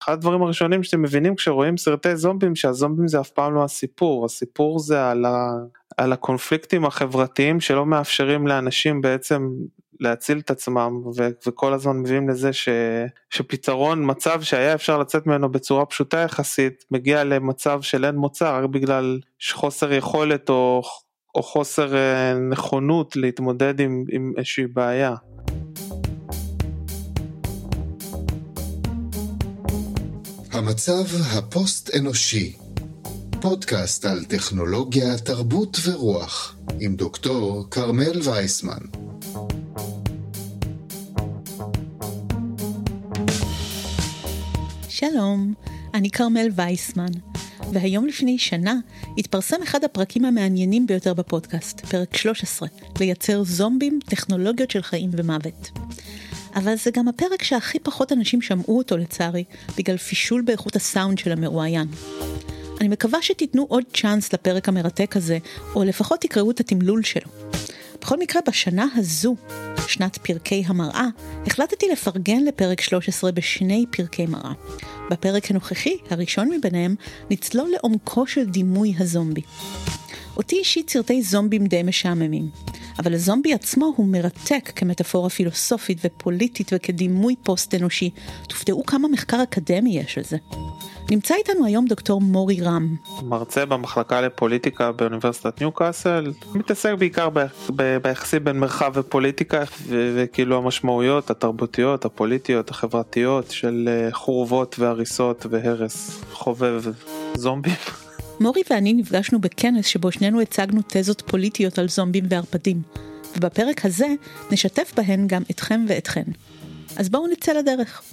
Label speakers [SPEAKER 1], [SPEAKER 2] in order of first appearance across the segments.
[SPEAKER 1] אחד הדברים הראשונים שאתם מבינים כשרואים סרטי זומבים, שהזומבים זה אף פעם לא הסיפור, הסיפור זה על הקונפליקטים החברתיים שלא מאפשרים לאנשים בעצם להציל את עצמם, וכל הזמן מביאים לזה שפתרון מצב שהיה אפשר לצאת ממנו בצורה פשוטה יחסית, מגיע למצב של אין מוצא, רק בגלל חוסר יכולת או חוסר נכונות להתמודד עם איזושהי בעיה.
[SPEAKER 2] המצב הפוסט-אנושי, פודקאסט על טכנולוגיה, תרבות ורוח, עם דוקטור קרמל וייסמן.
[SPEAKER 3] שלום, אני קרמל וייסמן, והיום לפני שנה התפרסם אחד הפרקים המעניינים ביותר בפודקאסט, פרק 13, לייצר זומבים, טכנולוגיות של חיים ומוות. אבל זה גם הפרק שהכי פחות אנשים שמעו אותו לצערי, בגלל פישול באיכות הסאונד של המרואיין. אני מקווה שתיתנו עוד צ'אנס לפרק המרתק הזה, או לפחות תקראו את התמלול שלו. בכל מקרה, בשנה הזו, שנת פרקי המראה, החלטתי לפרגן לפרק 13 בשני פרקי מראה. בפרק הנוכחי, הראשון מביניהם, נצלול לעומקו של דימוי הזומבי. אותי אישית סרטי זומבים די משעממים, אבל הזומבי עצמו הוא מרתק כמטאפורה פילוסופית ופוליטית וכדימוי פוסט-אנושי. תופתעו כמה מחקר אקדמי יש על זה. נמצא איתנו היום דוקטור מורי רם.
[SPEAKER 1] מרצה במחלקה לפוליטיקה באוניברסיטת ניוקאסל, מתעסק בעיקר ביחסים בין מרחב ופוליטיקה, וכאילו המשמעויות התרבותיות, הפוליטיות, החברתיות של חורבות והריסות והרס חובב זומבים.
[SPEAKER 3] מורי ואני נפגשנו בכנס שבו שנינו הצגנו תזות פוליטיות על זומבים וערפדים, ובפרק הזה נשתף בהן גם אתכם ואתכן. אז בואו נצא לדרך.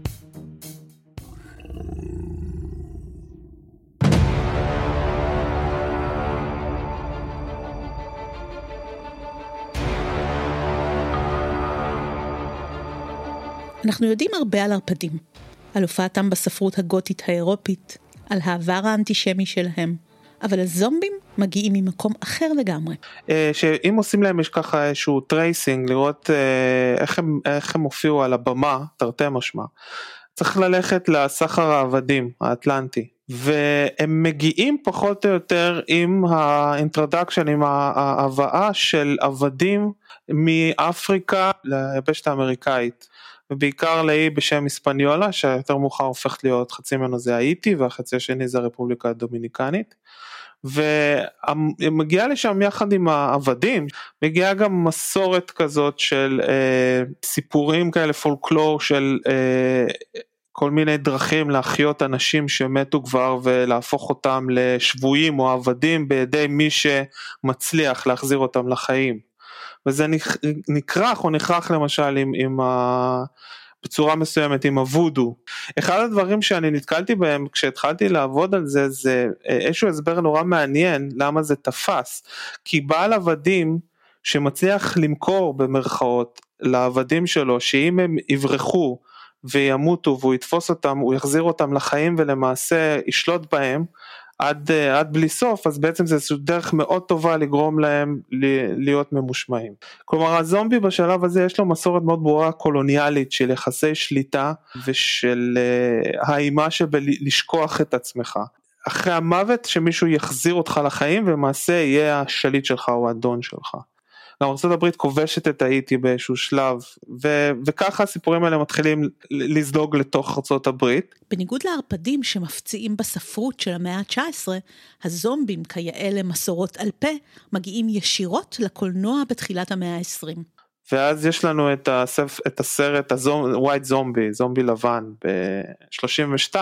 [SPEAKER 3] אנחנו יודעים הרבה על ערפדים, על הופעתם בספרות הגותית האירופית, על העבר האנטישמי שלהם, אבל הזומבים מגיעים ממקום אחר לגמרי.
[SPEAKER 1] שאם עושים להם יש ככה איזשהו טרייסינג, לראות איך הם הופיעו על הבמה, תרתי משמע, צריך ללכת לסחר העבדים האטלנטי, והם מגיעים פחות או יותר עם האינטרודקשן, עם ההבאה של עבדים מאפריקה ליבשת האמריקאית, ובעיקר לאי בשם היספניולה, שיותר מאוחר הופכת להיות חצי ממנו זה האיטי, והחצי השני זה הרפובליקה הדומיניקנית, ומגיעה לשם יחד עם העבדים, מגיעה גם מסורת כזאת של סיפורים כאלה, פולקלור של כל מיני דרכים להחיות אנשים שמתו כבר, ולהפוך אותם לשבויים או עבדים, בידי מי שמצליח להחזיר אותם לחיים. וזה נכרח או נכרח למשל בצורה מסוימת עם הוודו. אחד הדברים שאני נתקלתי בהם כשהתחלתי לעבוד על זה, זה איזשהו הסבר נורא מעניין למה זה תפס, כי בעל עבדים שמצליח למכור במרכאות לעבדים שלו, שאם הם יברחו וימותו והוא יתפוס אותם, הוא יחזיר אותם לחיים ולמעשה ישלוט בהם, עד בלי סוף, אז בעצם זה דרך מאוד טובה לגרום להם להיות ממושמעים. כלומר, הזומבי בשלב הזה יש לו מסורת מאוד ברורה קולוניאלית של יחסי שליטה, ושל האימה שבלשכוח את עצמך. אחרי המוות שמישהו יחזיר אותך לחיים, ומעשה יהיה השליט שלך או האדון שלך. גם ארצות הברית כובשת את האיטי באיזשהו שלב, וככה הסיפורים האלה מתחילים לזלוג לתוך ארצות הברית.
[SPEAKER 3] בניגוד לערפדים שמפציעים בספרות של המאה ה-19, הזומבים כיאה למסורות על פה, מגיעים ישירות לקולנוע בתחילת המאה ה-20.
[SPEAKER 1] ואז יש לנו את הסרט White Zombie, זומבי לבן, ב-32,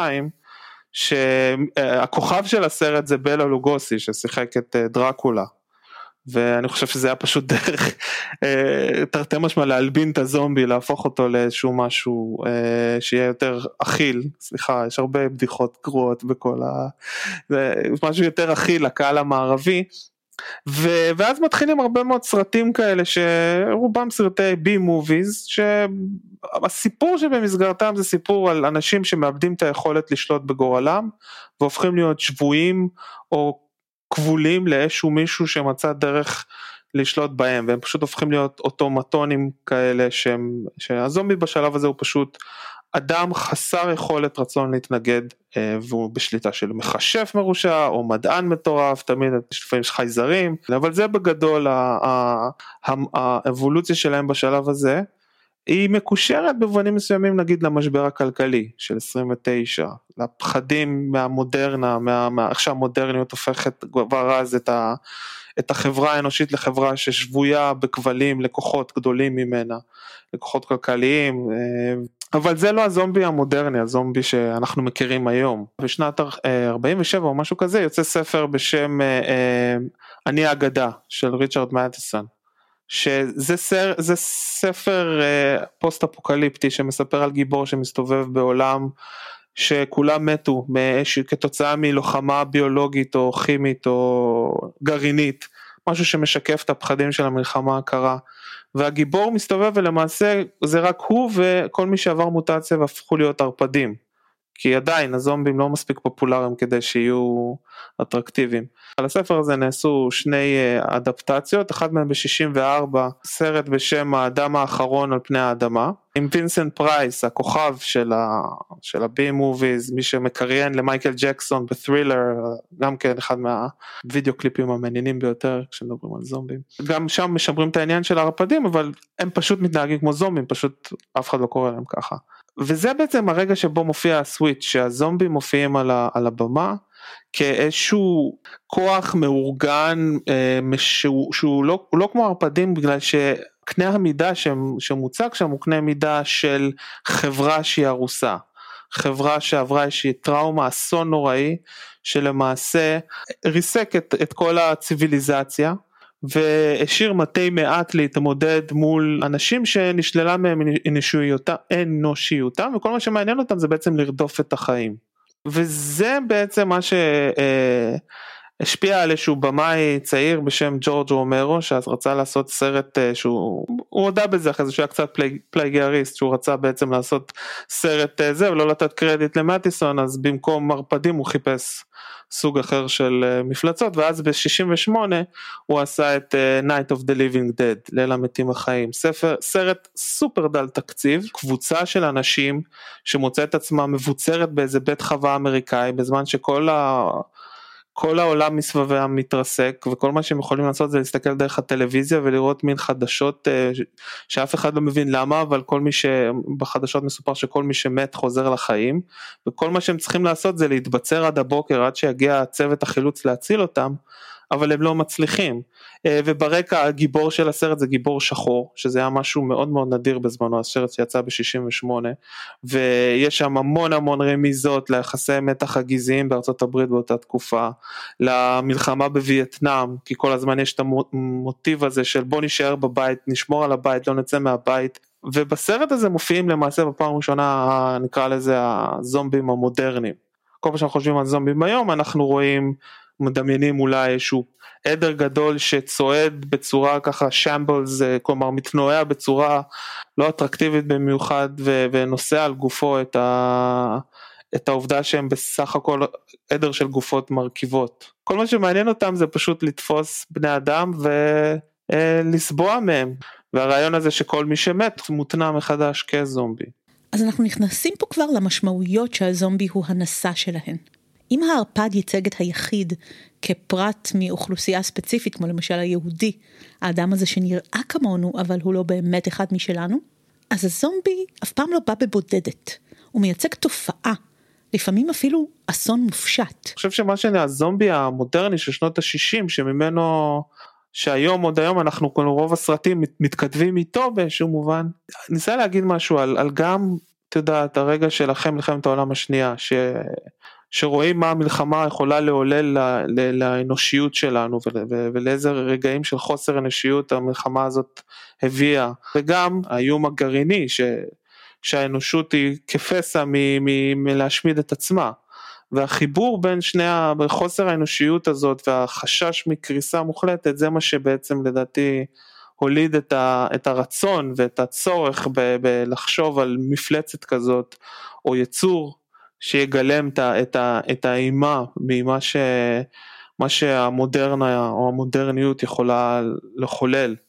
[SPEAKER 1] שהכוכב של הסרט זה בלה לוגוסי, ששיחק את דרקולה. ואני חושב שזה היה פשוט דרך תרתי משמע להלבין את הזומבי, להפוך אותו לאיזשהו משהו שיהיה יותר אכיל. סליחה, יש הרבה בדיחות גרועות בכל זה משהו יותר אכיל לקהל המערבי, ואז מתחילים הרבה מאוד סרטים כאלה שרובם סרטי בי מוביז, שהסיפור שבמסגרתם זה סיפור על אנשים שמאבדים את היכולת לשלוט בגורלם והופכים להיות שבויים או כבולים לאיזשהו מישהו שמצא דרך לשלוט בהם, והם פשוט הופכים להיות אוטומטונים כאלה, שהזומבי בשלב הזה הוא פשוט אדם חסר יכולת רצון להתנגד, והוא בשליטה של מחשב מרושע, או מדען מטורף, תמיד לפעמים יש חייזרים, אבל זה בגדול האבולוציה שלהם בשלב הזה, היא מקושרת במובנים מסוימים נגיד למשבר הכלכלי של 29, לפחדים מהמודרנה, איך שהמודרניות הופכת כבר אז את החברה האנושית לחברה ששבויה בכבלים, לקוחות גדולים ממנה, לקוחות כלכליים, אבל זה לא הזומבי המודרני, הזומבי שאנחנו מכירים היום. בשנת 47 או משהו כזה יוצא ספר בשם אני האגדה של ריצ'רד מאתיסון, שזה ספר פוסט-אפוקליפטי שמספר על גיבור שמסתובב בעולם שכולם מתו כתוצאה מלוחמה ביולוגית או כימית או גרעינית, משהו שמשקף את הפחדים של המלחמה הקרה, והגיבור מסתובב ולמעשה זה רק הוא וכל מי שעבר מוטציה והפכו להיות ערפדים, כי עדיין הזומבים לא מספיק פופולריים כדי שיהיו אטרקטיביים. על הספר הזה נעשו שני אדפטציות, אחד מהם ב-64, סרט בשם האדם האחרון על פני האדמה, עם וינסנט פרייס, הכוכב של הבי מוביז, מי שמקריין למייקל ג'קסון בת'רילר, גם כן אחד מהווידאו קליפים המעניינים ביותר כשמדברים על זומבים. גם שם משמרים את העניין של הערפדים, אבל הם פשוט מתנהגים כמו זומבים, פשוט אף אחד לא קורא להם ככה. וזה בעצם הרגע שבו מופיע הסוויץ', שהזומבים מופיעים על הבמה, כאיזשהו כוח מאורגן, שהוא לא כמו ערפדים, בגלל שקנה המידה שמוצג שם, הוא קנה מידה של חברה שהיא הרוסה, חברה שעברה איזושהי טראומה, אסון נוראי, שלמעשה ריסק את כל הציביליזציה, והשאיר מתי מעט להתמודד מול אנשים שנשללה מהם אנושיותם, וכל מה שמעניין אותם זה בעצם לרדוף את החיים. וזה בעצם מה שהשפיע על איזשהו במאי צעיר בשם ג'ורג' רומרו, שאז רצה לעשות סרט הוא הודע בזה אחרי זה שהוא היה קצת פלייגריסט, שהוא רצה בעצם לעשות סרט זה ולא לתת קרדיט למאתיסון, אז במקום מרפדים הוא חיפש סוג אחר של מפלצות, ואז ב-68 הוא עשה את Night of the Living Dead, ליל המתים החיים, סרט סופר דל תקציב, קבוצה של אנשים שמוצאת עצמה מבוצרת באיזה בית חווה אמריקאי, בזמן שכל העולם מסביבם מתרסק, וכל מה שהם יכולים לעשות זה להסתכל דרך הטלוויזיה, ולראות מין חדשות שאף אחד לא מבין למה, אבל בחדשות מסופר שכל מי שמת חוזר לחיים, וכל מה שהם צריכים לעשות זה להתבצר עד הבוקר, עד שיגיע צוות החילוץ להציל אותם, אבל הם לא מצליחים. וברקע הגיבור של הסרט זה גיבור שחור, שזה היה משהו מאוד מאוד נדיר בזמנו, הסרט שיצא ב-68, ויש שם המון רמיזות ליחסי מתח הגזעיים בארצות הברית באותה תקופה, למלחמה בווייטנאם, כי כל הזמן יש את המוטיב הזה של בוא נשאר בבית, נשמור על הבית, לא נצא מהבית, ובסרט הזה מופיעים למעשה בפעם ראשונה, נקרא לזה הזומבים המודרניים. כל פעם שאנחנו חושבים על זומבים היום, אנחנו רואים מדמיינים אולי איזשהו עדר גדול שצועד בצורה ככה שמבלס, כלומר מתנועע בצורה לא אטרקטיבית במיוחד, ונושא על גופו את העובדה שהם בסך הכל עדר של גופות מרכיבות. כל מה שמעניין אותם זה פשוט לתפוס בני אדם ולסבוע מהם, והרעיון הזה שכל מי שמת מותנה מחדש כזומבי.
[SPEAKER 3] אז אנחנו נכנסים פה כבר למשמעויות שהזומבי הוא הנשא שלהן. אם הערפד ייצג את היחיד כפרט מאוכלוסייה ספציפית, כמו למשל היהודי, האדם הזה שנראה כמונו, אבל הוא לא באמת אחד משלנו, אז הזומבי אף פעם לא בא בבודדת. הוא מייצג תופעה, לפעמים אפילו אסון מופשט.
[SPEAKER 1] אני חושב שמה הזומבי המודרני של שנות ה-60, שממנו, שהיום, עוד היום, אנחנו רוב הסרטים מתכתבים איתו באיזשהו מובן. ניסה להגיד משהו על גם, אתה יודע, את הרגע שלכם, מלחמת העולם השנייה, שרואים מה המלחמה יכולה לעולל לאנושיות שלנו, ולאיזה רגעים של חוסר אנושיות המלחמה הזאת הביאה, וגם האיום הגרעיני, שהאנושות היא כפסע מלהשמיד את עצמה, והחיבור בין חוסר האנושיות הזאת, והחשש מקריסה מוחלטת, זה מה שבעצם לדעתי הוליד את הרצון, ואת הצורך בלחשוב על מפלצת כזאת, או יצור, שיגלם את האימה ממה שהמודרנה או המודרניות יכולה לחולל,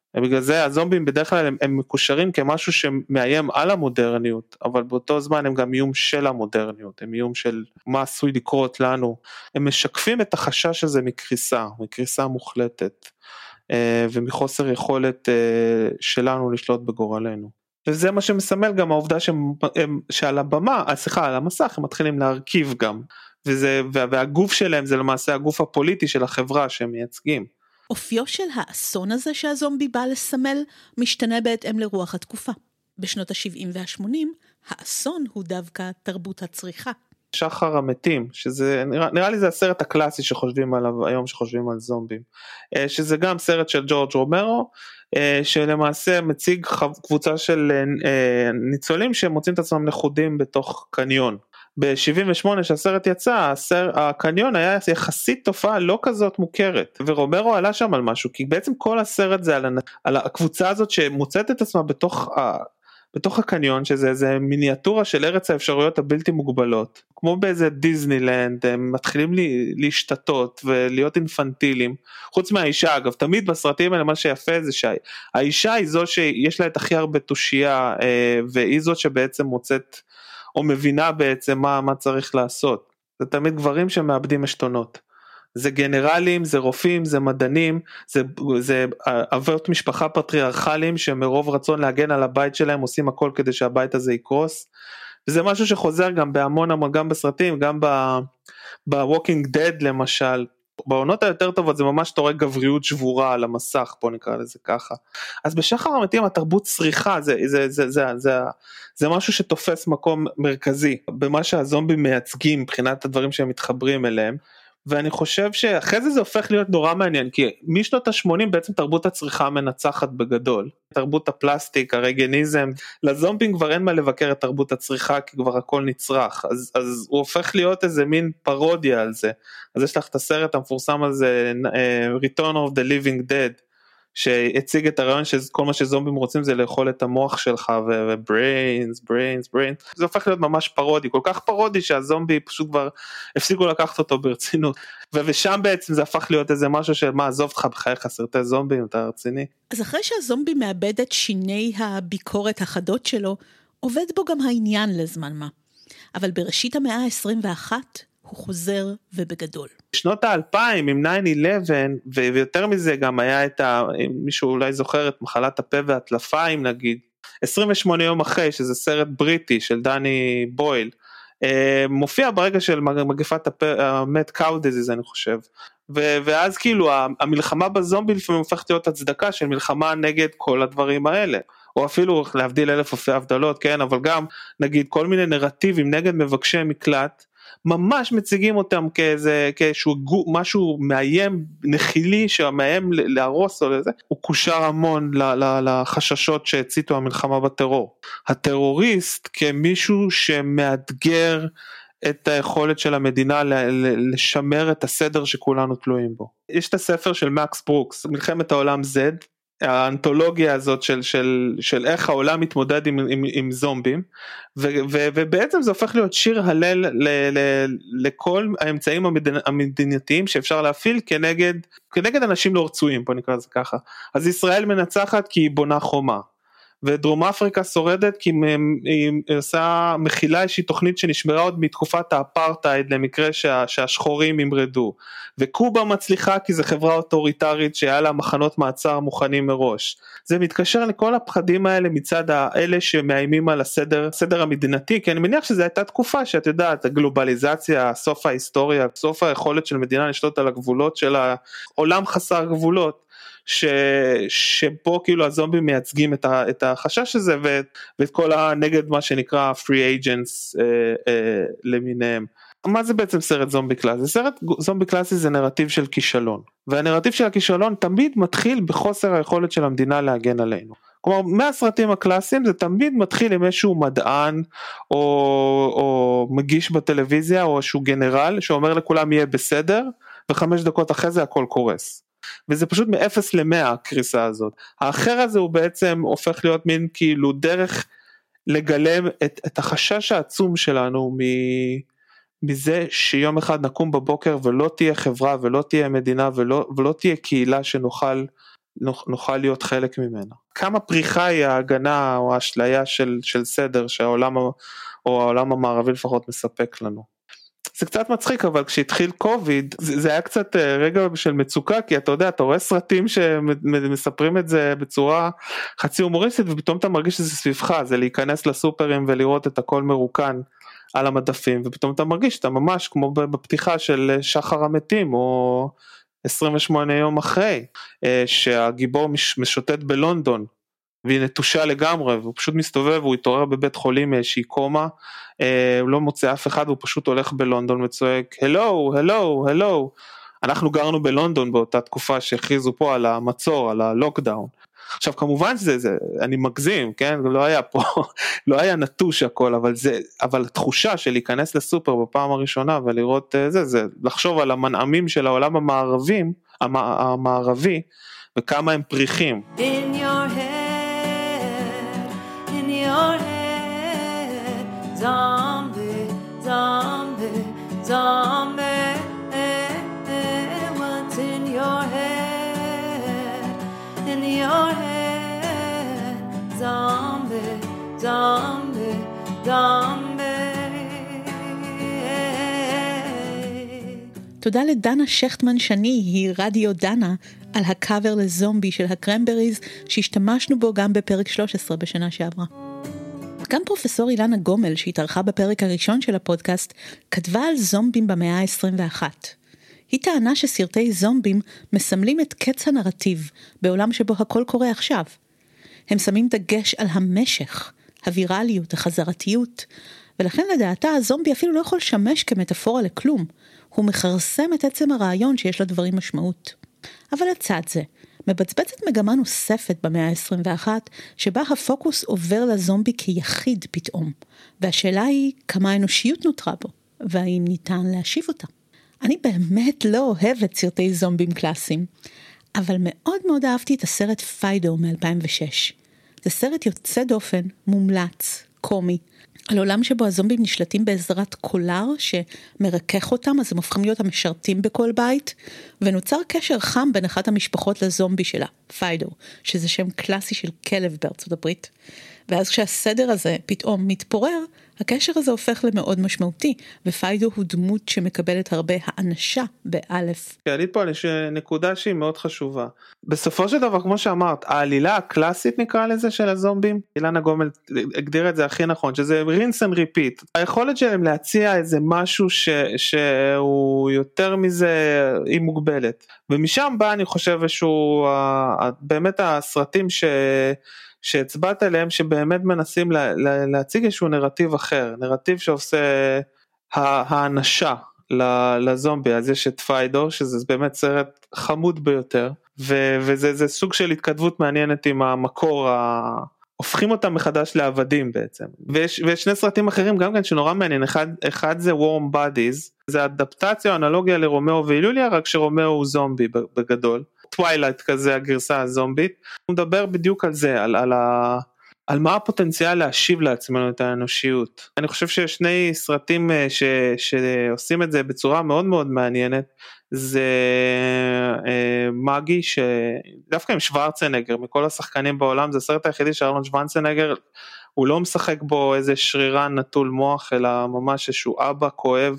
[SPEAKER 1] בגלל זה הזומבים בדרך כלל הם מקושרים כמשהו שמאיים על המודרניות, אבל באותו זמן הם גם איום של המודרניות, הם איום של מה עשוי לקרות לנו, הם משקפים את החשש הזה מקריסה מוחלטת, ומחוסר יכולת שלנו לשלוט בגורלנו. וזה מה שמסמל גם העובדה שעל הבמה, על המסך הם מתחילים להרכיב גם, והגוף שלהם זה למעשה הגוף הפוליטי של החברה שהם מייצגים.
[SPEAKER 3] אופיו של האסון הזה שהזומבי בא לסמל משתנה בהתאם לרוח התקופה. בשנות ה-70 וה-80, האסון הוא דווקא תרבות הצריכה.
[SPEAKER 1] שחר המתים, שזה נראה לי זה הסרט הקלאסי שחושבים עליו היום שחושבים על זומבים, שזה גם סרט של ג'ורג' רומרו, שלמעשה מציג קבוצה של ניצולים שמוצאים את עצמם נחודים בתוך קניון. ב-78 שהסרט יצא, הקניון היה יחסית תופעה לא כזאת מוכרת, ורומרו עלה שם על משהו, כי בעצם כל הסרט זה על הקבוצה הזאת שמוצאת את עצמה בתוך הקניון, שזה מיניאטורה של ארץ האפשרויות הבלתי מוגבלות, כמו באיזה דיזנילנד, הם מתחילים להשתתות ולהיות אינפנטילים, חוץ מהאישה, אגב, תמיד בסרטים האלה מה שיפה זה שהאישה היא זו שיש לה את הכי הרבה תושייה, והיא זו שבעצם מוצאת, או מבינה בעצם מה צריך לעשות, זה תמיד גברים שמאבדים השתונות, זה גנרלים, זה רופאים, זה מדענים, זה אבות משפחה פטריארכליים שמרוב רצון להגן על הבית שלהם עושים הכל כדי שהבית הזה יקרוס, וזה משהו שחוזר גם בהמון, גם בסרטים, גם ב-Walking Dead למשל, בעונות היותר טובות זה ממש תורא גבריות שבורה על המסך, בוא נקרא לזה ככה. אז בשחר המתים התרבות צריכה, זה משהו שתופס מקום מרכזי, במה שהזומבים מייצגים מבחינת הדברים שהם מתחברים אליהם, ואני חושב שאחרי זה הופך להיות נורא מעניין, כי משנות ה-80 בעצם תרבות הצריכה מנצחת בגדול, תרבות הפלסטיק, הרגניזם, לזומבים כבר אין מה לבקר את תרבות הצריכה, כי כבר הכל נצרך, אז הוא הופך להיות איזה מין פרודיה על זה, אז יש לך את הסרט המפורסם הזה, Return of the Living Dead, שהציג את הרעיון שכל מה שזומבים רוצים זה לאכול את המוח שלך, brains, זה הופך להיות ממש פרודי, כל כך פרודי שהזומבי פשוט כבר הפסיקו לקחת אותו ברצינות, ושם בעצם זה הפך להיות איזה משהו של מה עזוב אותך בחייך סרטי זומבים, אתה רציני.
[SPEAKER 3] אז אחרי שהזומבי מאבד את שיני הביקורת החדות שלו, עובד בו גם העניין לזמן מה, אבל בראשית המאה ה-21 הוא חוזר ובגדול.
[SPEAKER 1] שנות ה-2000 עם 9/11 ויותר מזה גם היה את מישהו אולי זוכר את מחלת הפה והטלפיים נגיד, 28 יום אחרי שזה סרט בריטי של דני בויל, מופיע ברגע של מגפת המט קאו דיזיז אני חושב, ואז כאילו המלחמה בזומבי לפעמים הופכת להיות הצדקה של מלחמה נגד כל הדברים האלה, או אפילו להבדיל אלף אלפי הבדלות, כן, אבל גם נגיד כל מיני נרטיבים נגד מבקשי מקלט, ממש מציגים אותם כאיזשהו משהו מאיים נחילי שמאיים להרוס או לזה, הוא קושר המון לחששות שהציתו המלחמה בטרור. הטרוריסט כמישהו שמאתגר את היכולת של המדינה לשמר את הסדר שכולנו תלויים בו. יש את הספר של מקס ברוקס, מלחמת העולם Z, האנתולוגיה הזאת של איך העולם מתמודד עם זומבים, ובעצם זה הופך להיות שיר הלל לכל האמצעים המדינתיים שאפשר להפעיל כנגד אנשים לא רצויים, בוא נקרא זה ככה. אז ישראל מנצחת כי היא בונה חומה, ודרום אפריקה שורדת כי היא עושה מכילה איזושהי תוכנית שנשמרה עוד מתקופת האפרטייד למקרה שהשחורים ימרדו, וקובה מצליחה כי זו חברה אוטוריטרית שהיה לה מחנות מעצר מוכנים מראש. זה מתקשר לכל הפחדים האלה מצד האלה שמאיימים על הסדר המדינתי, כי אני מניח שזו הייתה תקופה שאת יודעת, הגלובליזציה, סוף ההיסטוריה, סוף היכולת של מדינה לשלוט על הגבולות של העולם חסר גבולות, שפה כאילו הזומבים מייצגים את החשש הזה ואת כל הנגד מה שנקרא free agents למיניהם. מה זה בעצם סרט זומבי קלאסי? סרט זומבי קלאסי זה נרטיב של כישלון, והנרטיב של הכישלון תמיד מתחיל בחוסר היכולת של המדינה להגן עלינו. כלומר, מהסרטים הקלאסיים זה תמיד מתחיל עם איזשהו מדען או מגיש בטלוויזיה או איזשהו גנרל שאומר לכולם יהיה בסדר, ו5 דקות אחרי זה הכל קורס. וזה פשוט מ-0 ל-100 הקריסה הזאת. האחר הזה הוא בעצם הופך להיות מין כאילו דרך לגלם את החשש העצום שלנו מזה שיום אחד נקום בבוקר ולא תהיה חברה ולא תהיה מדינה ולא תהיה קהילה שנוכל נוכל להיות חלק ממנה. כמה פריחה היא ההגנה או האשליה של סדר שהעולם או העולם המערבי לפחות מספק לנו. זה קצת מצחיק, אבל כשהתחיל קוביד, זה היה קצת רגע של מצוקה, כי אתה יודע, אתה רואה סרטים שמספרים את זה בצורה חצי הומוריסטית, ופתאום אתה מרגיש שזה סביבך, זה להיכנס לסופרים ולראות את הכל מרוקן על המדפים, ופתאום אתה מרגיש שאתה ממש כמו בפתיחה של שחר המתים, או 28 יום אחרי, שהגיבור משוטט בלונדון, והיא נטושה לגמרי, והוא פשוט מסתובב, הוא התעורר בבית חולים שהיא קומה, הוא לא מוצא אף אחד, הוא פשוט הולך בלונדון וצועק, הלו, הלו, הלו, אנחנו גרנו בלונדון באותה תקופה שהכריזו פה על המצור, על הלוקדאון. עכשיו כמובן אני מגזים, כן, לא היה פה, לא היה נטוש הכל, אבל התחושה של להיכנס לסופר בפעם הראשונה ולראות זה לחשוב על המנעמים של העולם המערבי, וכמה הם פריחים.
[SPEAKER 4] In your head, in your head, zombie, zombie, zombie, what's in your head, in your head, zombie, zombie, zombie.
[SPEAKER 3] תודה לדנה שכטמן שני, היא רדיו דנה, על הקאבר לזומבי של הקרמבריז, שהשתמשנו בו גם בפרק 13 בשנה שעברה. גם פרופסור אילנה גומל, שהתארחה בפרק הראשון של הפודקאסט, כתבה על זומבים במאה ה-21. היא טענה שסרטי זומבים מסמלים את קץ הנרטיב, בעולם שבו הכל קורה עכשיו. הם שמים דגש על המשך, הווירליות, החזרתיות, ולכן לדעתה הזומבי אפילו לא יכול לשמש כמטאפורה לכלום, הוא מחרסם את עצם הרעיון שיש לדברים משמעות. אבל לצד זה, מבצבצת מגמה נוספת במאה ה-21, שבה הפוקוס עובר לזומבי כיחיד פתאום, והשאלה היא כמה האנושיות נותרה בו, והאם ניתן להשיב אותה. אני באמת לא אוהבת סרטי זומבים קלאסיים, אבל מאוד מאוד אהבתי את הסרט פיידו מ-2006. זה סרט יוצא דופן, מומלץ, קומי, על עולם שבו הזומבים נשלטים בעזרת קולר שמרכך אותם, אז הם הופכים להיות המשרתים בכל בית, ונוצר קשר חם בין אחת המשפחות לזומבי שלה, פיידו, שזה שם קלאסי של כלב בארצות הברית. ואז כשהסדר הזה פתאום מתפורר, הקשר הזה הופך למאוד משמעותי, ופיידו הוא דמות שמקבלת הרבה האנשה באלף.
[SPEAKER 1] עלית פה על נקודה שהיא מאוד חשובה. בסופו של דבר, כמו שאמרת, העלילה הקלאסית נקרא לזה של הזומבים, אילנה גומל הגדיר את זה הכי נכון, שזה rinse and repeat. היכולת שלהם להציע איזה משהו שהוא יותר מזה, היא מוגבלת. ומשם בא אני חושב שהוא באמת הסרטים שהצבעת עליהם, שבאמת מנסים להציג איזשהו נרטיב אחר, נרטיב שעושה האנשה לזומבי. אז יש את פיידו, שזה באמת סרט חמוד ביותר, וזה סוג של התכתבות מעניינת עם המקור, הופכים אותם מחדש לעבדים בעצם. ויש שני סרטים אחרים גם כן שנורא מעניין, אחד זה Warm Bodies, זה אדפטציה או אנלוגיה לרומאו ואילוליה, רק שרומאו הוא זומבי בגדול. טווילייט כזה, הגרסה הזומבית, הוא מדבר בדיוק על זה, על מה הפוטנציאל להשיב לעצמנו את האנושיות. אני חושב שיש שני סרטים שעושים את זה בצורה מאוד מאוד מעניינת, זה מגי, שדווקא עם שוורצנגר, מכל השחקנים בעולם, זה הסרט היחידי שארנולד שוורצנגר, הוא לא משחק בו איזה שרירן נטול מוח, אלא ממש איזשהו אבא כואב,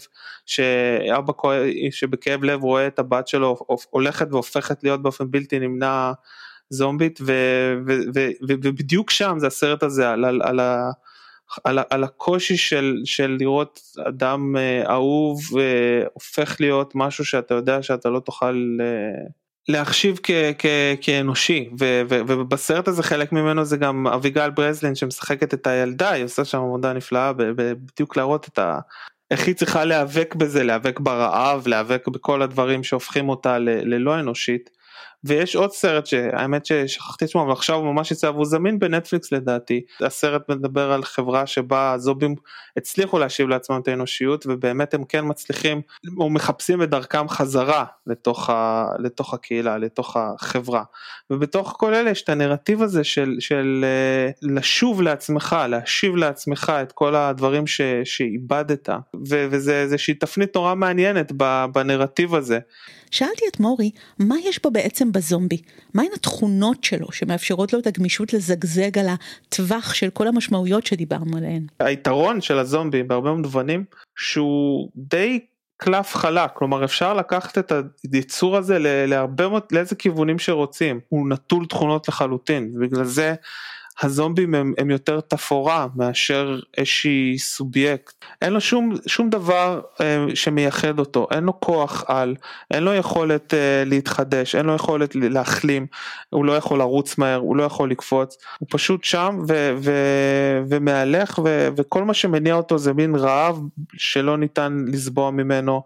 [SPEAKER 1] שבכאב לב רואה את הבת שלו הולכת והופכת להיות באופן בלתי נמנע זומבית, ובדיוק שם זה הסרט הזה, על הקושי של לראות אדם אהוב, הופך להיות משהו שאתה יודע שאתה לא תוכל להחשיב כאנושי, ובסרט הזה חלק ממנו זה גם אביגל ברזלין שמשחקת את הילדה, היא עושה שם עבודה נפלאה, בדיוק להראות איך היא צריכה להיאבק בזה, להיאבק ברעב, להיאבק בכל הדברים שהופכים אותה ללא אנושית. ויש עוד סרט שהאמת ששכחתי את שמו, אבל עכשיו הוא ממש יצא, והוא זמין בנטפליקס לדעתי. הסרט מדבר על חברה שבה הזומבים הצליחו להשיב לעצמם את האנושיות, ובאמת הם כן מצליחים, או מחפשים את דרכם חזרה לתוך הקהילה, לתוך החברה. ובתוך כל אלה יש את הנרטיב הזה של לשוב לעצמך, להשיב לעצמך את כל הדברים שאיבדת, וזה איזושהי תפנית נורא מעניינת בנרטיב הזה.
[SPEAKER 3] שאלתי את מורי, מה יש בו בעצם ההיגיון בזומבי? מהן התכונות שלו שמאפשרות לו את הגמישות לזגזג על הטווח של כל המשמעויות שדיברנו עליהן?
[SPEAKER 1] היתרון של הזומבי בהרבה מובנים שהוא די קלף חלק, כלומר אפשר לקחת את היצור הזה לאיזה כיוונים שרוצים, הוא נטול תכונות לחלוטין, ובגלל זה הזומבים הם יותר תפורה מאשר איזושהי סובייקט, אין לו שום דבר שמייחד אותו, אין לו כוח על, אין לו יכולת להתחדש, אין לו יכולת להחלים, הוא לא יכול לרוץ מהר, הוא לא יכול לקפוץ, הוא פשוט שם ומהלך, וכל מה שמניע אותו זה מין רעב שלא ניתן לסבוע ממנו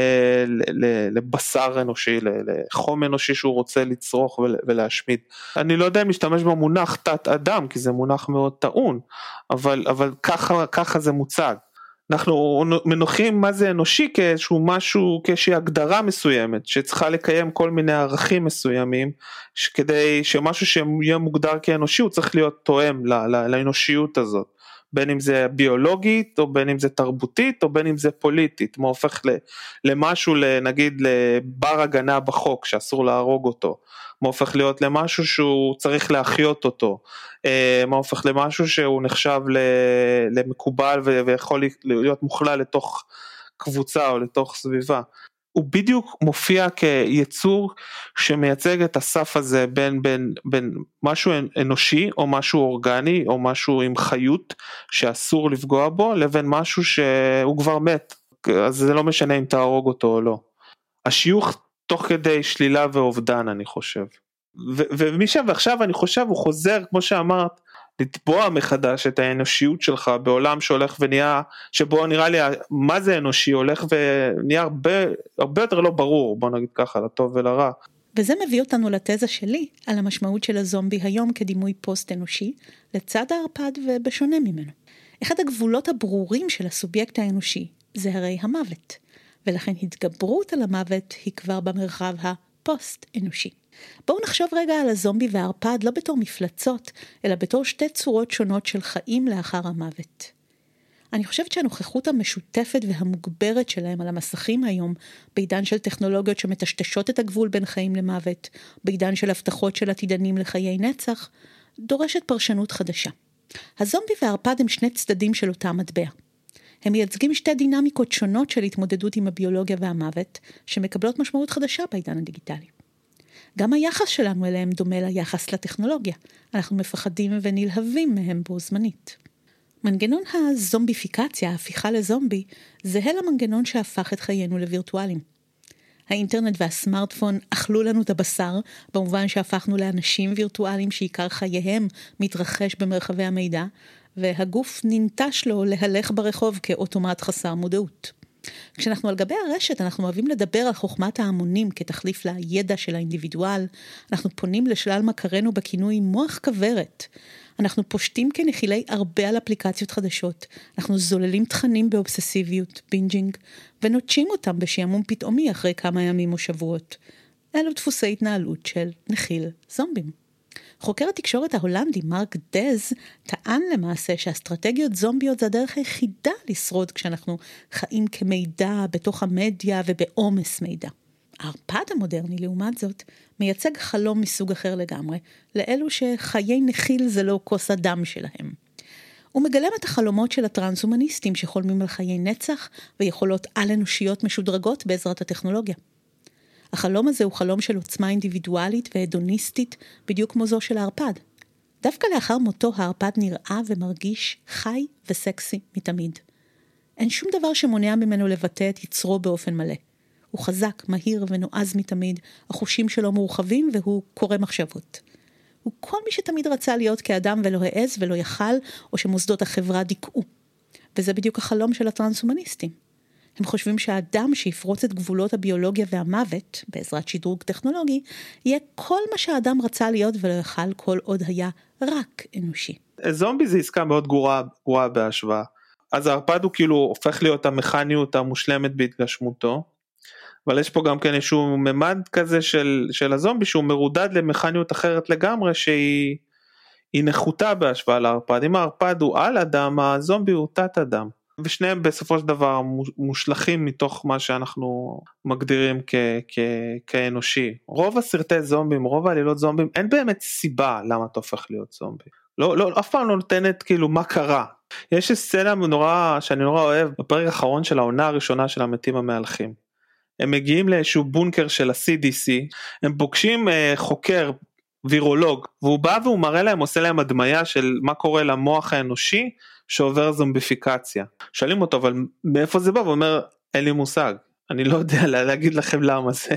[SPEAKER 1] לבשר אנושי, לחום אנושי שהוא רוצה לצרוך ולהשמיד. אני לא יודע אם משתמש במונח תת אדם, כי זה מונח מאוד טעון, אבל ככה זה מוצג. אנחנו מנוחים מה זה אנושי כאיזשהו משהו, כאיזושהי הגדרה מסוימת, שצריכה לקיים כל מיני ערכים מסוימים, כדי שמשהו שיהיה מוגדר כאנושי, הוא צריך להיות תואם לאנושיות הזאת. בין אם זה ביולוגית, או בין אם זה תרבותית, או בין אם זה פוליטית, מה הופך למשהו, נגיד לבר הגנה בחוק, שאסור להרוג אותו, מה הופך להיות למשהו שהוא צריך להחיות אותו, מה הופך למשהו שהוא נחשב למקובל, ויכול להיות מוכלל לתוך קבוצה, או לתוך סביבה. הוא בדיוק מופיע כיצור שמייצג את הסף הזה בין משהו אנושי או משהו אורגני או משהו עם חיות שאסור לפגוע בו לבין משהו שהוא כבר מת, אז זה לא משנה אם תהרוג אותו או לא. השיוך תוך כדי שלילה ואובדן אני חושב. ומשם ועכשיו אני חושב הוא חוזר כמו שאמרת לתבוע מחדש את האנושיות שלך בעולם שהולך ונהיה, שבו נראה לי מה זה אנושי הולך ונהיה הרבה יותר לא ברור, בוא נגיד ככה, לטוב ולרע.
[SPEAKER 3] וזה מביא אותנו לתזה שלי על המשמעות של הזומבי היום כדימוי פוסט אנושי, לצד הערפד ובשונה ממנו. אחד הגבולות הברורים של הסובייקט האנושי זה הרי המוות, ולכן התגברות על המוות היא כבר במרחב הפוסט אנושי. בואו נחשוב רגע על הזומבי והערפד לא בתור מפלצות, אלא בתור שתי צורות שונות של חיים לאחר המוות. אני חושבת שהנוכחות המשותפת והמוגברת שלהם על המסכים היום, בעידן של טכנולוגיות שמטשטשות את הגבול בין חיים למוות, בעידן של הבטחות של עתידנים לחיי נצח, דורשת פרשנות חדשה. הזומבי והערפד הם שני צדדים של אותה מטבע. הם מייצגים שתי דינמיקות שונות של התמודדות עם הביולוגיה והמוות, שמקבלות משמעות חדשה בעידן הדיגיטלי. גם היחס שלנו אליהם דומה ליחס לטכנולוגיה. אנחנו מפחדים ונלהבים מהם בו זמנית. מנגנון הזומביפיקציה, ההפיכה לזומבי, זהה למנגנון שהפך את חיינו לווירטואלים. האינטרנט והסמארטפון אכלו לנו את הבשר, במובן שהפכנו לאנשים וירטואליים שעיקר חייהם מתרחש במרחבי המידע, והגוף ננטש לו להלך ברחוב כאוטומט חסר מודעות. כשאנחנו על גבי הרשת, אנחנו אוהבים לדבר על חוכמת ההמונים כתחליף לידע של האינדיבידואל, אנחנו פונים לשלל מכרנו בכינוי מוח כברת, אנחנו פושטים כנחילי הרבה על אפליקציות חדשות, אנחנו זוללים תכנים באובססיביות, בינג'ינג, ונוטשים אותם בשעמום פתאומי אחרי כמה ימים או שבועות. אלו דפוסי התנהלות של נחיל זומבים. חוקר התקשורת ההולנדי מרק דז טען למעשה שהאסטרטגיות זומביות זה הדרך היחידה לשרוד כשאנחנו חיים כמידע בתוך המדיה ובעומס מידע. הערפד המודרני לעומת זאת מייצג חלום מסוג אחר לגמרי, לאלו שחיי נחיל זה לא כוס הדם שלהם. הוא מגלם את החלומות של הטרנס-הומניסטים שחולמים על חיי נצח ויכולות על אנושיות משודרגות בעזרת הטכנולוגיה. החלום הזה הוא חלום של עוצמה אינדיבידואלית והדוניסטית, בדיוק כמו זו של הערפד. דווקא לאחר מותו הערפד נראה ומרגיש חי וסקסי מתמיד. אין שום דבר שמונע ממנו לבטא את יצרו באופן מלא. הוא חזק, מהיר ונועז מתמיד, החושים שלו מורחבים והוא קורא מחשבות. הוא כל מי שתמיד רצה להיות כאדם ולא העז ולא יכל, או שמוסדות החברה דיכאו. וזה בדיוק החלום של הטרנס-הומניסטים. הם חושבים שהאדם שיפרוץ את גבולות הביולוגיה והמוות, בעזרת שדרוג טכנולוגי, יהיה כל מה שהאדם רצה להיות ולא יכל כל עוד היה רק אנושי.
[SPEAKER 1] זומבי זה עסקה מאוד גרועה בהשוואה. אז הערפד הוא כאילו הופך להיות המכניות המושלמת בהתגשמותו, אבל יש פה גם כן איזשהו ממד כזה של הזומבי, שהוא מרודד למכניות אחרת לגמרי, שהיא נחותה בהשוואה לערפד. אם הערפד הוא על אדם, הזומבי הוא תת אדם. ושניהם בסופו של דבר מושלכים מתוך מה שאנחנו מגדירים כאנושי. רוב הסרטי זומבים, רוב העלילות זומבים, אין באמת סיבה למה אתה הופך להיות זומבי. לא, אף פעם לא נותנת כאילו מה קרה. יש סצנה שאני נורא אוהב, בפרק האחרון של העונה הראשונה של המתים המהלכים. הם מגיעים לאיזשהו בונקר של ה-CDC, הם פוגשים חוקר, וירולוג, והוא בא והוא מראה להם, עושה להם הדמיה של מה קורה למוח האנושי, שעובר זומביפיקציה. שואלים אותו, אבל מאיפה זה בא? הוא אומר, אין לי מושג. אני לא יודע להגיד לכם למה זה.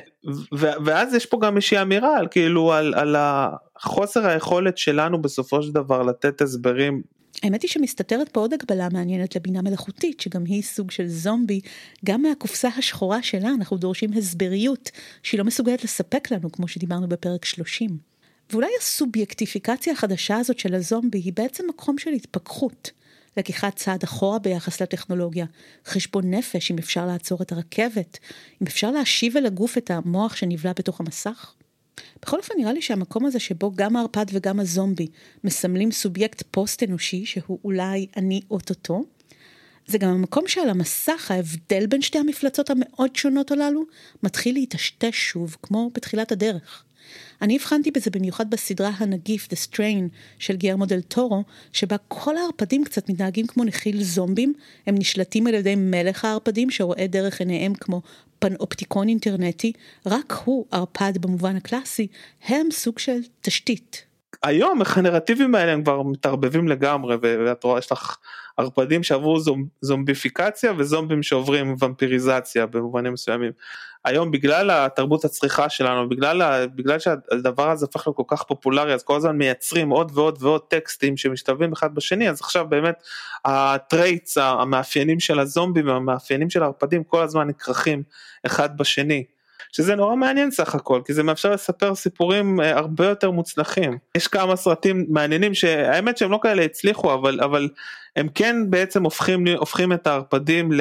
[SPEAKER 1] ואז יש פה גם איזושהי אמירה, כאילו על החוסר היכולת שלנו בסופו של דבר לתת הסברים.
[SPEAKER 3] האמת היא שמסתתרת פה עוד הגבלה מעניינת לבינה מלאכותית, שגם היא סוג של זומבי. גם מהקופסה השחורה שלה אנחנו דורשים הסבריות, שהיא לא מסוגלת לספק לנו, כמו שדיברנו בפרק 30. ואולי הסובייקטיפיקציה החדשה הזאת של הזומבי היא בעצם מקום של התפכחות. לקיחת צעד אחורה ביחס לטכנולוגיה, חשבון נפש, אם אפשר לעצור את הרכבת, אם אפשר להשיב אל הגוף את המוח שנבלע בתוך המסך. בכל אופן נראה לי שהמקום הזה שבו גם הערפד וגם הזומבי מסמלים סובייקט פוסט אנושי, שהוא אולי אני אוטוטו, זה גם המקום שעל המסך ההבדל בין שתי המפלצות המאוד שונות הללו, מתחיל להתשתש שוב, כמו בתחילת הדרך. אני הבחנתי בזה במיוחד בסדרה הנגיף, The Strain, של גילרמו דל טורו, שבה כל הערפדים קצת מתנהגים כמו נחיל זומבים, הם נשלטים על ידי מלך הערפדים, שרואה דרך עיניהם כמו פנאופטיקון אינטרנטי, רק הוא, ערפד במובן הקלאסי, הם סוג של תשתית.
[SPEAKER 1] היום הנרטיבים האלה הם כבר מתערבבים לגמרי, ואת רואה, יש לך ערפדים שעברו זומביפיקציה, וזומבים שעוברים ומפיריזציה במובנים מסוימים. היום בגלל התרבות הצריכה שלנו, בגלל שהדבר הזה הפך להיות כל כך פופולרי, אז כל הזמן מייצרים עוד ועוד ועוד טקסטים שמשתלבים אחד בשני, אז עכשיו באמת הטרייטס, המאפיינים של הזומבים והמאפיינים של הערפדים כל הזמן נקרחים אחד בשני. שזה נורא מעניין סך הכל, כי זה מאפשר לספר סיפורים הרבה יותר מוצלחים. יש כמה סרטים מעניינים שהאמת שהם לא כאלה הצליחו, אבל הם כן בעצם הופכים את הערפדים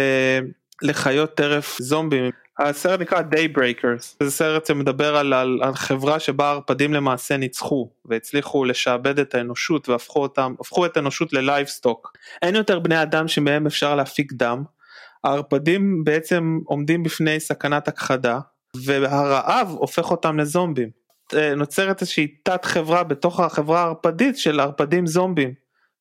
[SPEAKER 1] לחיות טרף זומבים. הסרט נקרא Daybreakers, זה סרט שמדבר על חברה שבה הערפדים למעשה ניצחו, והצליחו לשעבד את האנושות, והפכו את האנושות ללייבסטוק. אין יותר בני אדם שמהם אפשר להפיק דם, הערפדים בעצם עומדים בפני סכנת הכחדה, והרעב הופך אותם לזומבים. נוצרת איזושהי תת חברה בתוך החברה הערפדית של ערפדים זומבים,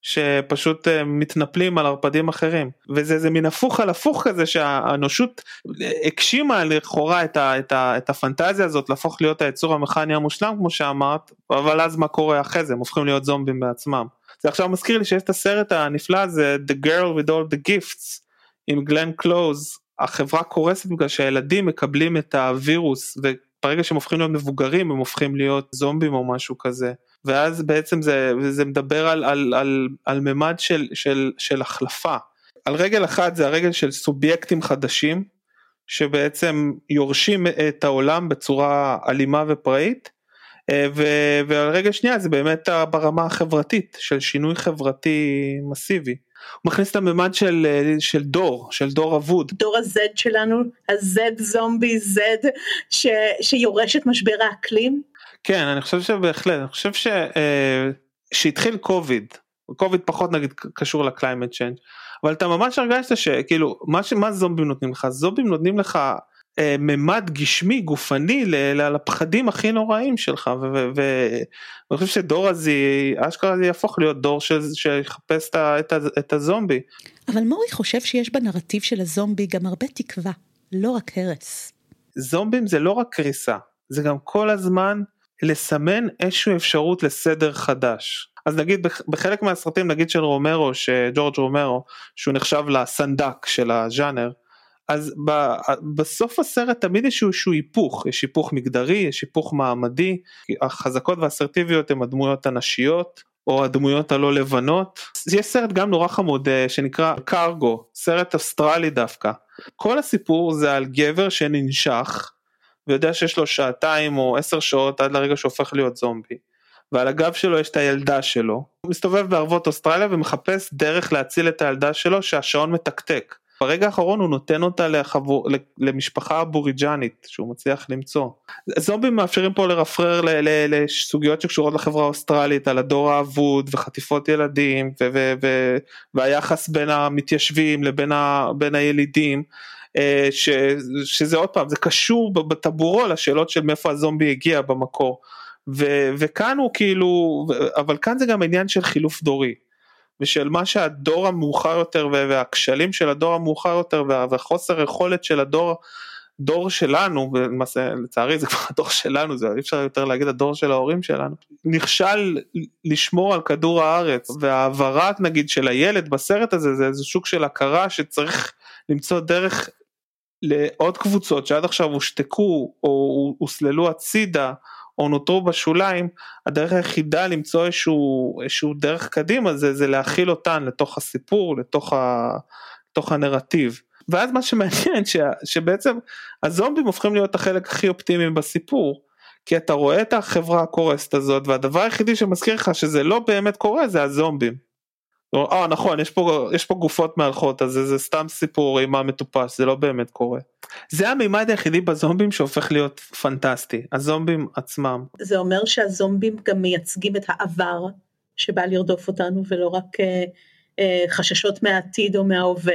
[SPEAKER 1] שפשוט מתנפלים על ערפדים אחרים. וזה מין הפוך על הפוך כזה, שהאנושות הגשימה לכאורה את הפנטזיה הזאת, להפוך להיות היצור המכני המושלם, כמו שאמרת, אבל אז מה קורה אחרי זה? הם הופכים להיות זומבים בעצמם. זה עכשיו מזכיר לי שיש את הסרט הנפלא הזה, The Girl with All the Gifts, עם גלן קלוז, החברה קורסת בגלל שהילדים מקבלים את הווירוס, וברגע שהם הופכים להיות מבוגרים, הם הופכים להיות זומבים או משהו כזה, ואז בעצם זה מדבר על ממד של החלפה. על רגל אחת זה הרגל של סובייקטים חדשים, שבעצם יורשים את העולם בצורה אלימה ופראית, ועל רגל שנייה זה באמת ברמה החברתית, של שינוי חברתי מסיבי. הוא מכניס את הממד של דור אבוד.
[SPEAKER 3] דור ה-Z שלנו, ה-Z זומבי Z, שיורש את משבר האקלים.
[SPEAKER 1] כן, אני חושב שבהחלט, אני חושב שהתחיל קוביד פחות נגיד קשור לקליימט צ'יינג', אבל אתה ממש הרגשת שכאילו, מה זומבים נותנים לך? זומבים נותנים לך ממד גשמי, גופני, לפחדים הכי נוראים שלך, ואני חושב שדור הזה, אשכרה זה יהפוך להיות דור שיחפש את הזומבי.
[SPEAKER 3] אבל מורי חושב שיש בנרטיב של הזומבי גם הרבה תקווה, לא רק הרס. זומבים
[SPEAKER 1] זה לא רק קריסה, זה גם כל הזמן לסמן איזושהי אפשרות לסדר חדש. אז נגיד בחלק מהסרטים, נגיד של רומרו, ג'ורג' רומרו, שהוא נחשב לסנדק של הז'אנר, אז בסוף הסרט תמיד יש איזשהו היפוך, יש היפוך מגדרי, יש היפוך מעמדי, החזקות והאסרטיביות הן הדמויות הנשיות, או הדמויות הלא לבנות. יש סרט גם נורא חמוד שנקרא קארגו, סרט אוסטרלי דווקא. כל הסיפור זה על גבר שננשך, ויודע שיש לו 2 או 10 שעות עד לרגע שהופך להיות זומבי. ועל הגב שלו יש את הילדה שלו. הוא מסתובב בערבות אוסטרליה ומחפש דרך להציל את הילדה שלו שהשעון מתקתק. ברגע האחרון הוא נותן אותה למשפחה אבוריג'נית, שהוא מצליח למצוא. זומבים מאפשרים פה לרפרר לסוגיות שקשורות לחברה האוסטרלית, על הדור האבוד וחטיפות ילדים, והיחס בין המתיישבים לבין הילידים, שזה עוד פעם, זה קשור בטבורו לשאלות של מאיפה הזומבי הגיע במקור, וכאן הוא כאילו, אבל כאן זה גם עניין של חילוף דורי, ושל מה שהדור המאוחר יותר, והכשלים של הדור המאוחר יותר, והחוסר יכולת של דור שלנו, לצערי זה כבר הדור שלנו, זה אי אפשר יותר להגיד הדור של ההורים שלנו, נכשל לשמור על כדור הארץ, והעברת נגיד של הילד בסרט הזה, זה איזה שוק של הכרה, שצריך למצוא דרך לעוד קבוצות, שעד עכשיו הושתקו, או הוסללו הצידה, או נותרו בשוליים, הדרך היחידה למצוא איזשהו דרך קדימה, זה להכיל אותן לתוך הסיפור, לתוך הנרטיב. ואז מה שמעניין, שבעצם הזומבים הופכים להיות החלק הכי אופטימי בסיפור, כי אתה רואה את החברה הקורסת הזאת, והדבר היחידי שמזכיר לך שזה לא באמת קורה, זה הזומבים. נכון, יש פה גופות מהלכות, אז זה סתם סיפור עם מה מטופש, זה לא באמת קורה. זה המימד היחידי בזומבים שהופך להיות פנטסטי, הזומבים עצמם.
[SPEAKER 3] זה אומר שהזומבים גם מייצגים את העבר שבא לרדוף אותנו, ולא רק חששות מהעתיד או מההווה,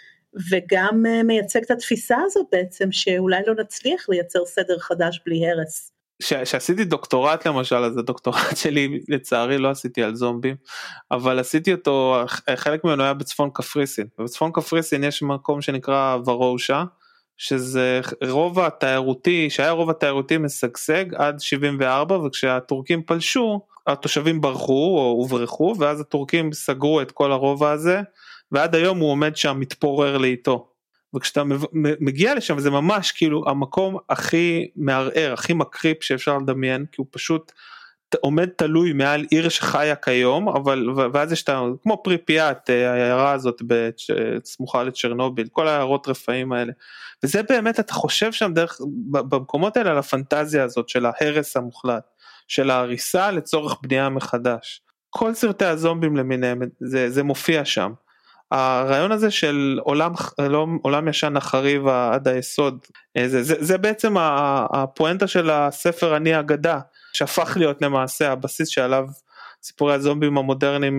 [SPEAKER 3] וגם מייצג את התפיסה הזאת בעצם, שאולי לא נצליח לייצר סדר חדש בלי הרס.
[SPEAKER 1] שעשיתי דוקטורט למשל, אז הדוקטורט שלי לצערי לא עשיתי על זומבים, אבל עשיתי אותו, חלק ממנו היה בצפון קפריסין, ובצפון קפריסין יש מקום שנקרא ורושה, שזה רובע התיירותי, שהיה רובע התיירותי משגשג עד 74, וכשהטורקים פלשו, התושבים ברחו או הוברחו, ואז הטורקים סגרו את כל הרובע הזה, ועד היום הוא עומד שם מתפורר לאיתו. וכשאתה מגיע לשם, זה ממש כאילו המקום הכי מערער, הכי מקריפ שאפשר לדמיין, כי הוא פשוט עומד תלוי מעל עיר שחיה כיום, ואז יש כמו פריפיאט, העיירה הזאת סמוכה לצ'רנוביל, כל העיירות רפאים האלה, וזה באמת, אתה חושב שם במקומות האלה, על הפנטזיה הזאת של ההרס המוחלט, של ההריסה לצורך בנייה מחדש. כל סרטי הזומבים למיניהם, זה מופיע שם. הרעיון הזה של עולם ישן החריב עד היסוד, זה בעצם הפואנטה של הספר אני אגדה, שהפך להיות למעשה הבסיס שעליו סיפורי הזומבים המודרניים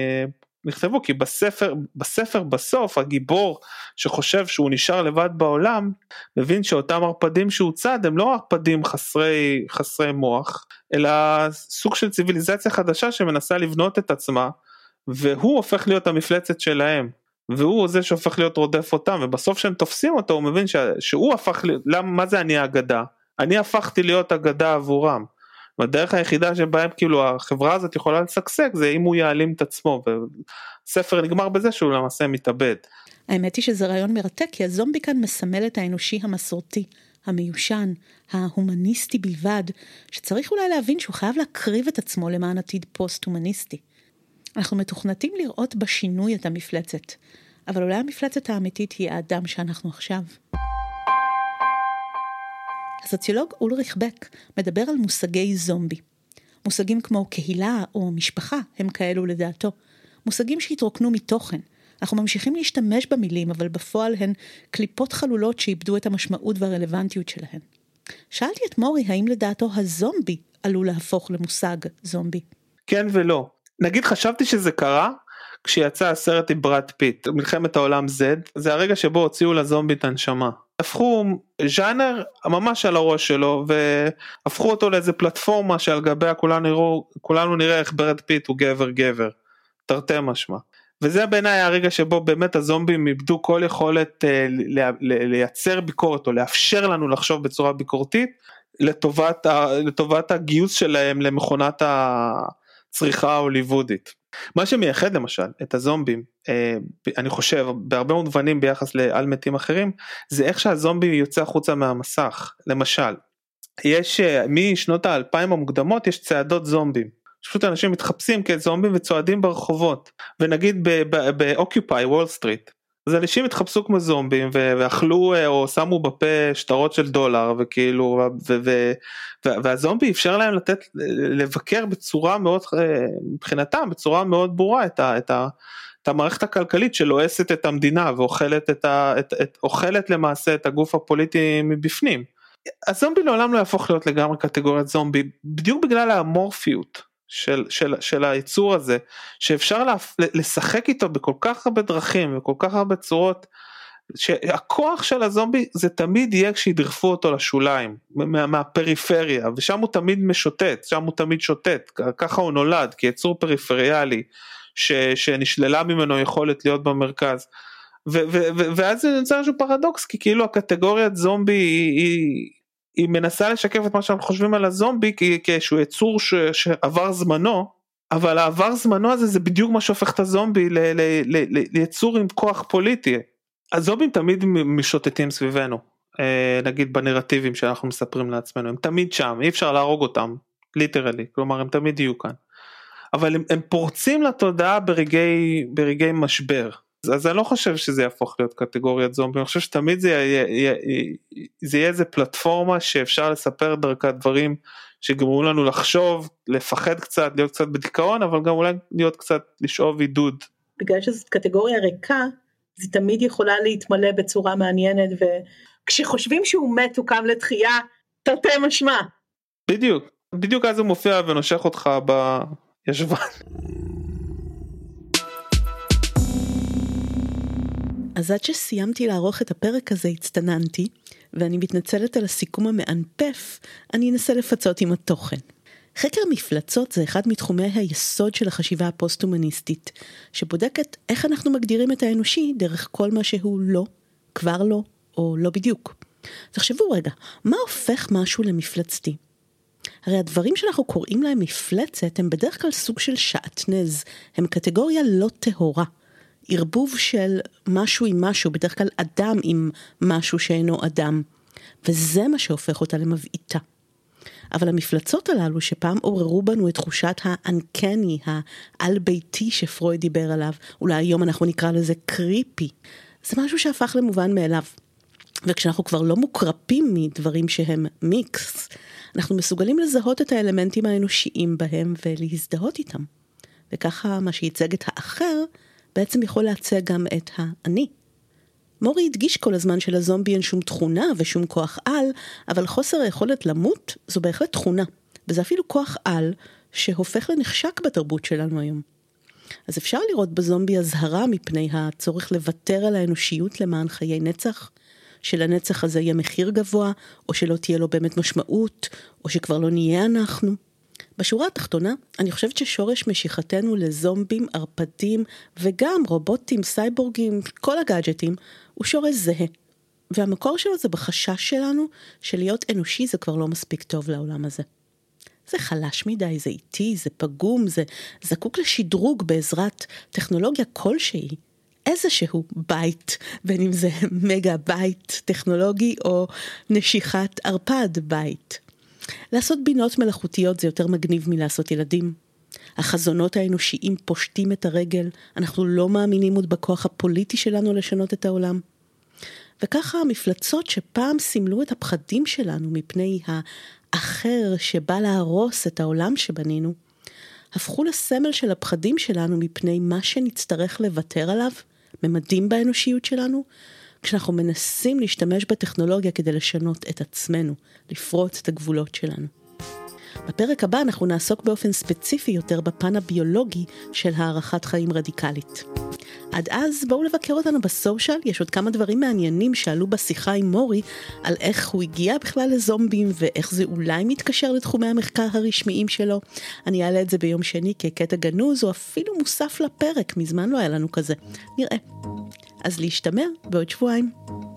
[SPEAKER 1] נכתבו, כי בספר בסוף הגיבור שחושב שהוא נשאר לבד בעולם, מבין שאותם ערפדים שהוצד הם לא ערפדים חסרי מוח, אלא סוג של ציוויליזציה חדשה שמנסה לבנות את עצמה, והוא הופך להיות המפלצת שלהם, והוא זה שהופך להיות רודף אותם, ובסוף שהם תופסים אותו, הוא מבין שהוא הפך, מה זה אני אגדה? אני הפכתי להיות אגדה עבורם, והדרך היחידה שבהם כאילו החברה הזאת יכולה לסגסג, זה אם הוא יעלים את עצמו, וספר נגמר בזה שהוא למעשה מתאבד.
[SPEAKER 3] האמת היא שזה רעיון מרתק, כי הזומבי כאן מסמל את האנושי המסורתי, המיושן, ההומניסטי בלבד, שצריך אולי להבין שהוא חייב להקריב את עצמו למען עתיד פוסט-הומניסטי. אנחנו מתוכנתים לראות בשינוי את המפלצת, אבל אולי המפלצת האמיתית היא האדם שאנחנו עכשיו. הסוציולוג אולריך בק מדבר על מושגי זומבי. מושגים כמו קהילה או משפחה הם כאלו לדעתו. מושגים שהתרוקנו מתוכן. אנחנו ממשיכים להשתמש במילים, אבל בפועל הן קליפות חלולות שאיבדו את המשמעות והרלוונטיות שלהן. שאלתי את מורי האם לדעתו הזומבי עלול להפוך למושג זומבי.
[SPEAKER 1] כן ולא. נגיד חשבתי שזה קרה כשיצא הסרט עם ברד פיט, מלחמת העולם Z, זה הרגע שבו הוציאו לזומבי את הנשמה. הפכו ז'אנר ממש על הראש שלו, והפכו אותו לאיזה פלטפורמה שעל גביה כולנו נראה איך ברד פיט הוא גבר, תרתי משמע. וזה בעיניי הרגע שבו באמת הזומבים איבדו כל יכולת לייצר ביקורת, או לאפשר לנו לחשוב בצורה ביקורתית, לטובת הגיוס שלהם למכונת הצריכה ההוליוודית. מה שמייחד למשל את הזומבים, אני חושב בהרבה מובנים ביחס לעל מתים אחרים, זה איך שהזומבי יוצא החוצה מהמסך. למשל, יש משנות ה-2000 המוקדמות יש צעדות זומבים, פשוט אנשים מתחפשים כזומבים וצועדים ברחובות, ונגיד ב-Occupy Wall Street, אז אנשים התחפשו כמו זומבים, ואכלו או שמו בפה שטרות של דולר, וכאילו, והזומבי אפשר להם לבקר בצורה מאוד, מבחינתם, בצורה מאוד ברורה, את המערכת הכלכלית שלועסת את המדינה ואוכלת אוכלת למעשה את הגוף הפוליטי מבפנים. הזומבי לעולם לא יהפוך להיות לגמרי קטגוריית זומבי, בדיוק בגלל האמורפיות של היצור הזה, שאפשר לשחק איתו בכל כך הרבה דרכים וכל כך הרבה צורות, שהכוח של הזומבי זה תמיד יהיה כשידרפו אותו לשוליים, מהפריפריה, ושם הוא תמיד משוטט, שם הוא תמיד שוטט, ככה הוא נולד, כיצור פריפריאלי, שנשללה ממנו יכולת להיות במרכז, ואז זה נמצא איזשהו פרדוקס, כי כאילו הקטגוריית זומבי היא מנסה לשקף את מה שאנחנו חושבים על הזומבי, כשהוא יצור שעבר זמנו, אבל העבר זמנו הזה זה בדיוק מה שהופך את הזומבי ליצור עם כוח פוליטי. הזומבים תמיד משוטטים סביבנו, נגיד בנרטיבים שאנחנו מספרים לעצמנו, הם תמיד שם, אי אפשר להרוג אותם, ליטרלי, כלומר הם תמיד יהיו כאן, אבל הם פורצים לתודעה ברגעי משבר, אז אני לא חושב שזה יהפוך להיות קטגוריית זומבי, אני חושב שתמיד זה יהיה איזה פלטפורמה שאפשר לספר דרכה דברים שגמרו לנו לחשוב, לפחד קצת, להיות קצת בדיכאון, אבל גם אולי להיות קצת לשאוב עידוד.
[SPEAKER 3] בגלל שזאת קטגוריה ריקה, זה תמיד יכולה להתמלא בצורה מעניינת, וכשחושבים שהוא מת הוא קם לתחייה, תרתי משמע.
[SPEAKER 1] בדיוק אז הוא מופיע ונושך אותך בישבן.
[SPEAKER 3] אז עד שסיימתי לערוך את הפרק הזה הצטננתי, ואני מתנצלת על הסיכום המאנפף, אני אנסה לפצות עם התוכן. חקר מפלצות זה אחד מתחומי היסוד של החשיבה הפוסט-הומניסטית, שבודקת איך אנחנו מגדירים את האנושי דרך כל מה שהוא לא, כבר לא, או לא בדיוק. תחשבו רגע, מה הופך משהו למפלצתי? הרי הדברים שאנחנו קוראים להם מפלצת הם בדרך כלל סוג של שעטנז, הם קטגוריה לא טהורה. ערבוב של משהו עם משהו, בדרך כלל אדם עם משהו שאינו אדם, וזה מה שהופך אותה למבעיטה. אבל המפלצות הללו שפעם עוררו בנו את תחושת האנקני, העל ביתי שפרויד דיבר עליו, אולי היום אנחנו נקרא לזה קריפי, זה משהו שהפך למובן מאליו. וכשאנחנו כבר לא מוקרפים מדברים שהם מיקס, אנחנו מסוגלים לזהות את האלמנטים האנושיים בהם ולהזדהות איתם. וככה מה שייצג את האחר, בעצם יכול להצג גם את האני. מורי הדגיש כל הזמן שלזומבי אין שום תכונה ושום כוח על, אבל חוסר היכולת למות זו בהחלט תכונה, וזה אפילו כוח על שהופך לנחשק בתרבות שלנו היום. אז אפשר לראות בזומבי הזהרה מפני הצורך לוותר על האנושיות למען חיי נצח, שלנצח הזה יהיה מחיר גבוה, או שלא תהיה לו באמת משמעות, או שכבר לא נהיה אנחנו. בשורה התחתונה, אני חושבת ששורש משיכתנו לזומבים, ערפדים, וגם רובוטים, סייבורגים, כל הגאדג'טים, הוא שורש זהה. והמקור שלו זה בחשש שלנו, שלהיות אנושי זה כבר לא מספיק טוב לעולם הזה. זה חלש מדי, זה איטי, זה פגום, זה זקוק לשדרוג בעזרת טכנולוגיה כלשהי. איזשהו בית, בין אם זה מגה בית טכנולוגי, או נשיכת ערפד בית. לעשות בינות מלאכותיות זה יותר מגניב מלעשות ילדים. החזונות האנושיים פושטים את הרגל, אנחנו לא מאמינים עוד בכוח הפוליטי שלנו לשנות את העולם. וככה המפלצות שפעם סימלו את הפחדים שלנו מפני האחר שבא להרוס את העולם שבנינו, הפכו לסמל של הפחדים שלנו מפני מה שנצטרך לוותר עליו, ממדים באנושיות שלנו, כשאנחנו מנסים להשתמש בטכנולוגיה כדי לשנות את עצמנו, לפרוץ את הגבולות שלנו. בפרק הבא אנחנו נעסוק באופן ספציפי יותר בפן הביולוגי של הערכת חיים רדיקלית. עד אז בואו לבקר אותנו בסושיאל, יש עוד כמה דברים מעניינים שעלו בשיחה עם מורי, על איך הוא הגיע בכלל לזומבים, ואיך זה אולי מתקשר לתחומי המחקר הרשמיים שלו. אני אעלה את זה ביום שני כקטע גנוז, או אפילו מוסף לפרק, מזמן לא היה לנו כזה. נראה. אז להשתמע בעוד שבועיים.